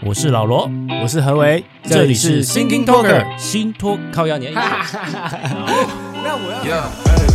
我是老罗， 我是何为， 这里是 Thinking Talker 新托靠压年。 那我要。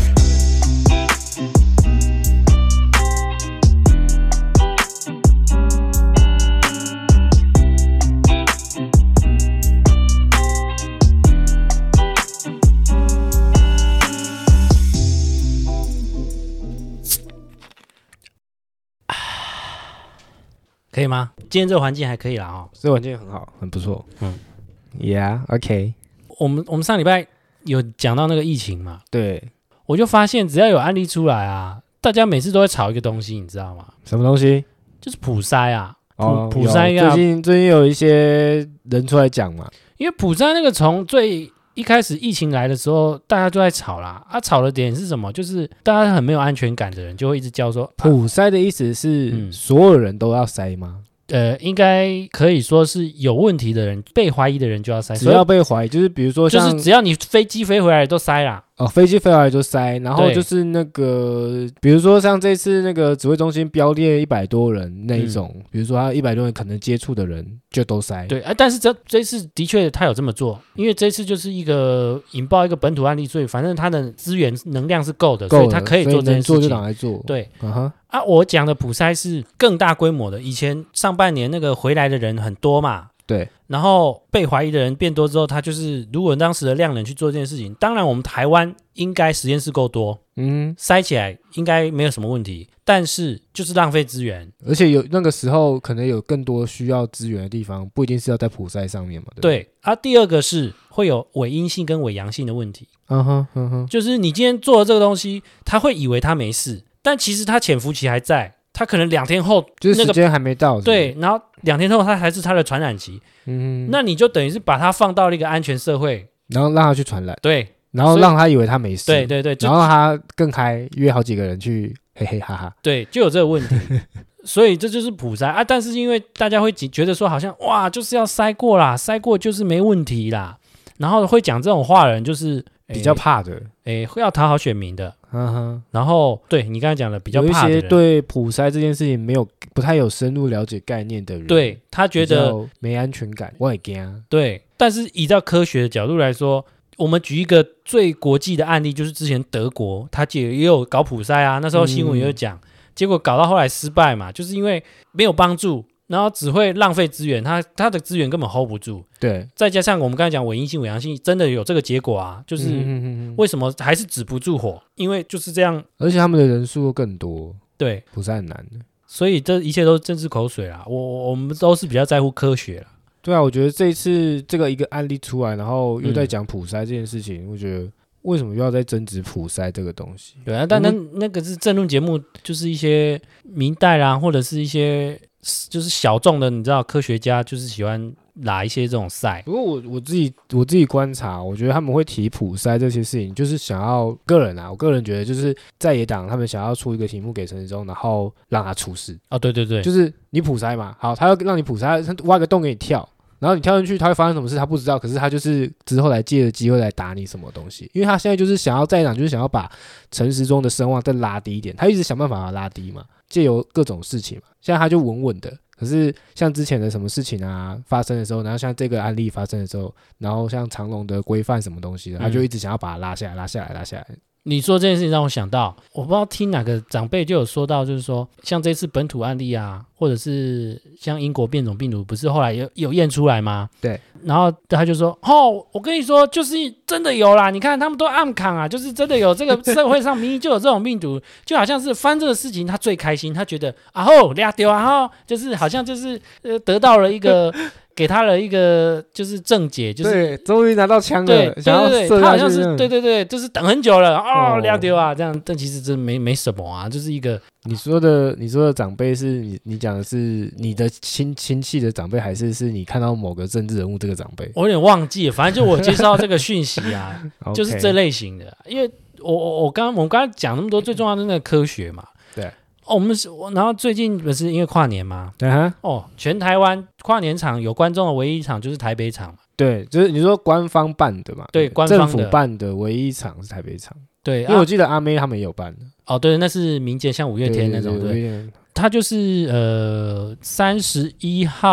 可以吗？今天这个环境还可以啦哦， 这个环境很好，很不错。Yeah, OK。 我们上礼拜有讲到那个疫情嘛？ 对， 我就发现只要有案例出来啊，大家每次都会炒一个东西，你知道吗？ 什么东西？ 就是普筛啊。普筛啊，最近有一些人出来讲嘛， 因为普筛那个从最一开始疫情来的时候，大家都在吵啦。吵的点是什么？就是大家很没有安全感的人就会一直叫说， 普筛的意思是所有人都要筛吗？ 应该可以说是有问题的人、被怀疑的人就要筛， 只要被怀疑，就是比如说像， 就是只要你飞机飞回来都筛啦。 飞机飞回来就筛，然后就是那个，比如说像这次那个指挥中心标列100多人那一种，比如说他100多人可能接触的人就都筛。 对，但是这次的确他有这么做，因为这次就是一个引爆一个本土案例，所以反正他的资源能量是够的，所以他可以做这件事情。 做就拿来做。 对，我讲的普筛是更大规模的，以前上半年那个回来的人很多嘛。 对， 然后被怀疑的人变多之后，他就是如果当时的量能去做这件事情，当然我们台湾应该实验室够多，筛起来应该没有什么问题，但是就是浪费资源， 而且有那个时候可能有更多需要资源的地方，不一定是要在普筛上面嘛。 对，第二个是会有伪阴性跟伪阳性的问题，就是你今天做的这个东西，他会以为他没事，但其实他潜伏期还在。他可能2天后就是时间还没到， 对，然后2天后他才是他的传染期，那你就等于是把他放到了一个安全社会， 然后让他去传染， 对， 然后让他以为他没事， 对， 然后他更嗨，约好几个人去嘿嘿哈哈， 对，就有这个问题，所以这就是普筛但是因为大家会觉得说好像哇就是要筛过啦，筛过就是没问题啦，然后会讲这种话的人就是比较怕的， 会要讨好选民的。然后对你刚才讲的比较怕的人， 有一些对普筛这件事情不太有深入了解概念的人， 对他觉得没安全感，我也怕。 对，但是依照科学的角度来说，我们举一个最国际的案例，就是之前德国他也有搞普筛啊，那时候新闻也有讲，结果搞到后来失败嘛，就是因为没有帮助，然后只会浪费资源，他的资源根本 hold 不住。对，再加上我们刚才讲伪阴性、伪阳性，真的有这个结果啊，就是为什么还是止不住火？因为就是这样， 而且他们的人数更多， 对， 普筛很难的， 所以这一切都是政治口水啦。我们都是比较在乎科学啦。 对啊，我觉得这一次这个一个案例出来，然后又在讲普筛这件事情，我觉得为什么又要再争执普筛这个东西？ 对啊，但那个是政论节目，就是一些民代啦，或者是一些就是小众的，你知道科学家就是喜欢拉一些这种赛。 不过我自己观察，我觉得他们会提普筛这些事情，就是想要我个人觉得就是在野党他们想要出一个题目给陈时中，然后让他出事。 对， 就是你普筛嘛，好，他要让你普筛，他挖个洞给你跳。然后你跳进去，他会发生什么事？他不知道，可是他就是之后来借着机会来打你什么东西，因为他现在就是想要在野党，就是想要把陈时中的声望再拉低一点，他一直想办法把它拉低嘛，借由各种事情嘛。现在他就稳稳的，可是像之前的什么事情啊发生的时候，然后像这个案例发生的时候，然后像长荣的规范什么东西的，他就一直想要把它拉下来。 你说这件事情让我想到，我不知道听哪个长辈就有说到，就是说像这次本土案例啊，或者是像英国变种病毒，不是后来有验出来吗？ 对， 然后他就说，我跟你说，就是真的有啦，你看他们都暗扛啊，就是真的有这个社会上明明就有这种病毒，就好像是翻这个事情他最开心，他觉得俩丢就是好像就是得到了一个。给他了一个就是正解，就是对，终于拿到枪了， 对， 想要射下去， 他好像是对，就是等很久了亮丢啊，这样，但其实这没什么啊，就是一个你说的长辈是你讲的是你的亲戚的长辈，还是你看到某个政治人物这个长辈？ 我有点忘记了，反正就我接收到这个讯息啊，就是这类型的，因为我们刚才讲那么多，最重要的那个科学嘛， 对。 然后最近不是因为跨年吗？ 对全台湾跨年场有观众的唯一一场就是台北场嘛。 对，就是你说官方办的嘛？ 对，官方的政府办的唯一一场是台北场。 对， 因为我记得阿妹他们也有办的。 对，那是民间像五月天那种。对，他就是31号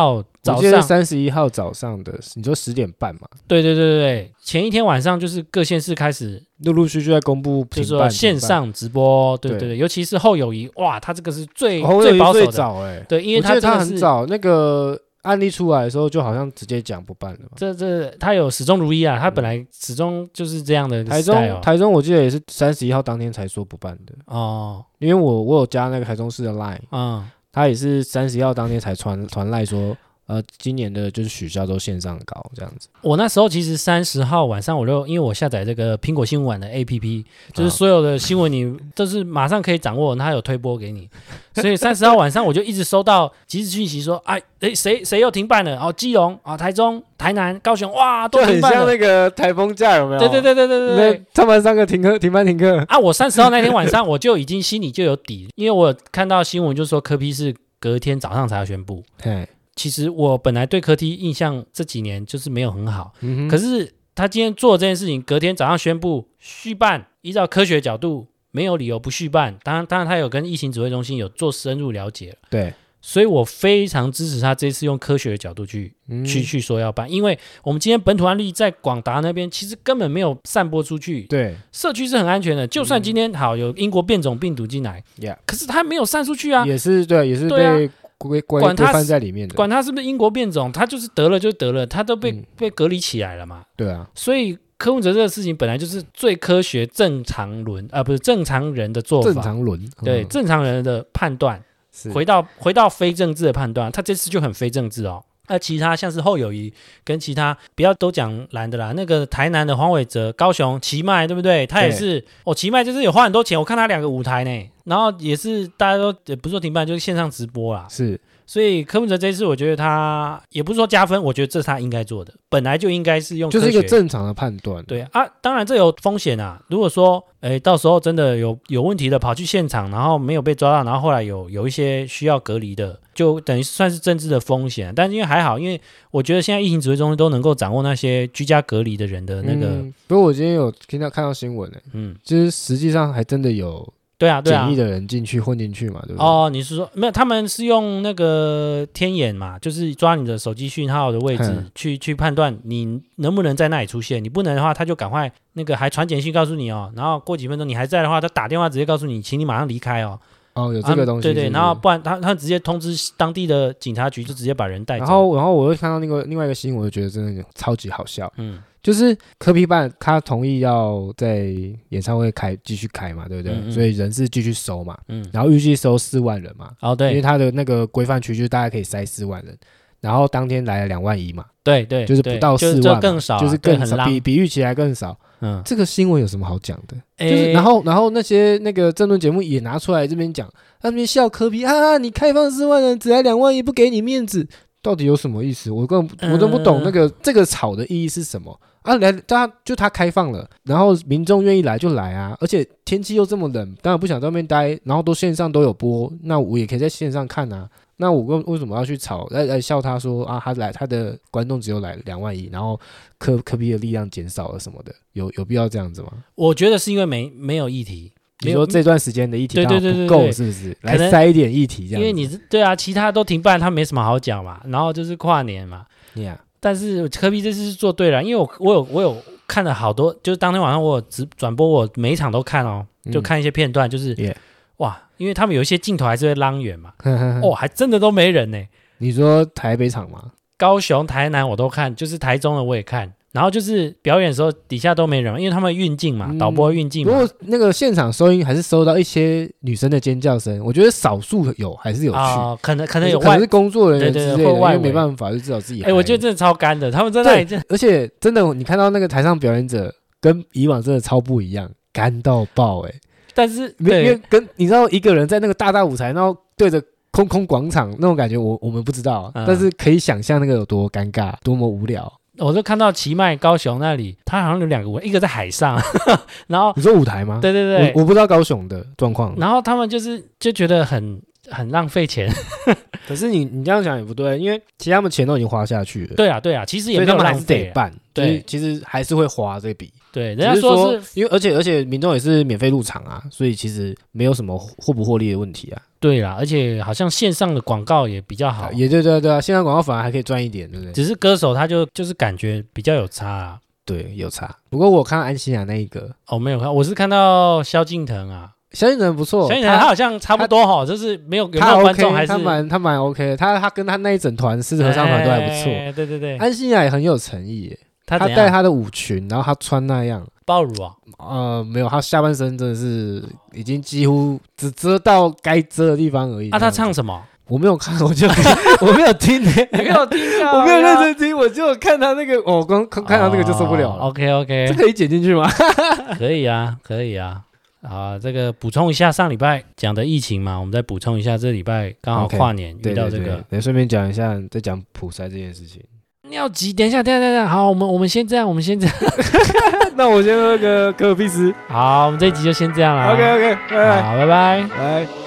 早上 31号早上的，你说10点半嘛？ 对，前一天晚上就是各县市开始陆陆续续在公布就是说线上直播，对，尤其是侯友宜，哇，他这个是最保守的， 最早对，因为他很早那个案例出来的时候，就好像直接讲不办了嘛。 他有始终如一啊，他本来始终就是这样的 style。 台中我记得也是31号当天才说不办的哦，因为我有加那个台中市的 line，他也是31号当天才传赖说。今年的就是取消都线上搞这样子。 我那时候其实30号晚上因为我下载这个苹果新闻网的 APP， 就是所有的新闻你都是马上可以掌握，它有推播给你，所以30号晚上我就一直收到即时讯息说，谁又停办了？基隆台中、台南、高雄，哇，都停办了， 就很像那个台风假有没有？ 对， 上班上课停班停课啊！我30号那天晚上我就已经心里就有底，因为我看到新闻就说柯 P 是隔天早上才要宣布。其实我本来对柯 T 印象这几年就是没有很好，可是他今天做这件事情，隔天早上宣布续办，依照科学角度没有理由不续办。当然他有跟疫情指挥中心有做深入了解了， 对， 所以我非常支持他这次用科学的角度去说要办，因为我们今天本土案例在广达那边其实根本没有散播出去， 对， 社区是很安全的，就算今天好有英国变种病毒进来，可是他没有散出去啊， 也是被规范在里面的， 管他是不是英国变种，他就是得了就得了，他都被隔离起来了嘛。 对啊， 所以柯文哲这个事情本来就是最科学正常不是正常人的做法， 正常轮， 对，正常人的判断，回到非政治的判断，他这次就很非政治哦。其他像是侯友宜跟其他不要都讲蓝的啦，那个台南的黄伟哲、高雄奇迈对不对？他也是奇迈就是有花很多钱，我看他2个舞台呢，然后也是大家都也不是说停办，就是线上直播啦。 是， 所以柯文哲这一次我觉得他也不是说加分，我觉得这是他应该做的，本来就应该是用科学， 就是一个正常的判断。 对啊，当然这有风险啊，如果说到时候真的有问题的跑去现场，然后没有被抓到，然后后来有一些需要隔离的，就等于算是政治的风险。但是因为还好，因为我觉得现在疫情指挥中心都能够掌握那些居家隔离的人的那个。 不过我今天有看到新闻就是实际上还真的有检疫的人混进去嘛，对不对？ 你是说没有？他们是用那个天眼嘛，就是抓你的手机讯号的位置去判断你能不能在那里出现。你不能的话，他就赶快那个还传简讯告诉你然后过几分钟你还在的话，他打电话直接告诉你，请你马上离开哦。 有这个东西， 对，然后不然他直接通知当地的警察局，就直接把人带走。 然后我又看到另外一个新闻，我就觉得真的超级好笑。就是柯 P 办他同意要在演唱会继续开嘛，对不对？所以人是继续收嘛，然后预计收4万人嘛， 对， 因为他的那个规范区就是大概可以塞4万人，然后当天来了2万1嘛， 对， 就是不到4万嘛， 更少， 就是更少，比预期还更少。这个新闻有什么好讲的？就是然后那些那个政论节目也拿出来这边讲，那边笑柯 P 你开放4万人，只来2万1，不给你面子，到底有什么意思？我都不懂这个吵的意义是什么啊？他开放了，然后民众愿意来就来啊，而且天气又这么冷，当然不想在外面待，然后线上都有播，那我也可以在线上看啊。那我为什么要去吵来笑他说他的观众只有来2万1，然后柯 P 的力量减少了什么的，有必要这样子吗？ 我觉得是因为没有议题。 你说这段时间的议题不够是不是？ 来塞一点议题这样子。 因为你其他都停办，他没什么好讲嘛，然后就是跨年嘛。但是柯 P 这次是做对了，因为我有看了好多，就是当天晚上我有转播，我每一场都看就看一些片段，就是哇，因为他们有一些镜头还是会拉远嘛，还真的都没人呢。 你说台北场吗？ 高雄、台南我都看，就是台中的我也看。然后就是表演的时候底下都没人，因为他们运镜嘛，导播运镜嘛。不过那个现场收音还是收到一些女生的尖叫声，我觉得少数还是有趣。 可能有可能是工作人员之类的，因为没办法，就至少自己。 我觉得真的超干的，他们在那里而且真的，你看到那个台上表演者跟以往真的超不一样，干到爆但是因为跟你知道一个人在那个大舞台，然后对着空广场那种感觉，我们不知道，但是可以想象那个有多尴尬，多么无聊。 我就看到奇迈高雄那里，他好像有2个舞台，一个在海上，然后你说舞台吗？ 对， 我不知道高雄的状况。 然后他们就觉得很很浪费钱。 可是你这样讲也不对，因为其实他们钱都已经花下去了。 对啊，对啊，其实也没有所以他们还浪费啊。 是得办， 对， 其实还是会花这笔。 对，人家只是说是， 因为而且民众也是免费入场啊，所以其实没有什么获不获利的问题啊。 对啦，而且好像线上的广告也比较好， 也对啊，线上广告反而还可以赚一点，对不对？ 只是歌手他就是感觉比较有差啊。 对，有差。不过我看到安心亚那一个， 哦，没有看，我是看到萧敬腾啊， 萧敬腾不错， 萧敬腾他好像差不多哈，就是有没有观众还是他蛮 OK 的，他跟他那一整团狮子合唱团都还不错。 对对对， 安心亚也很有诚意耶，他带他的舞裙，然后他穿那样。 暴乳啊？ 没有，他下半身真的是已经几乎只遮到该遮的地方而已。 他唱什么？ 我没有看，我没有听，你没有听啊？ 我没有认真听，我就看他那个，我光看到那个就受不了了。 OK， 这可以剪进去吗？ 可以啊，可以啊。啊，这个补充一下上礼拜讲的疫情嘛，我们再补充一下，这礼拜刚好跨年遇到这个， 对，顺便讲一下，再讲普筛这件事情。 尿急，等一下，好，我们先这样， 那我先喝个可尔必斯。 好，我们这一集就先这样了。 OK， 拜拜。 好，拜拜。 拜。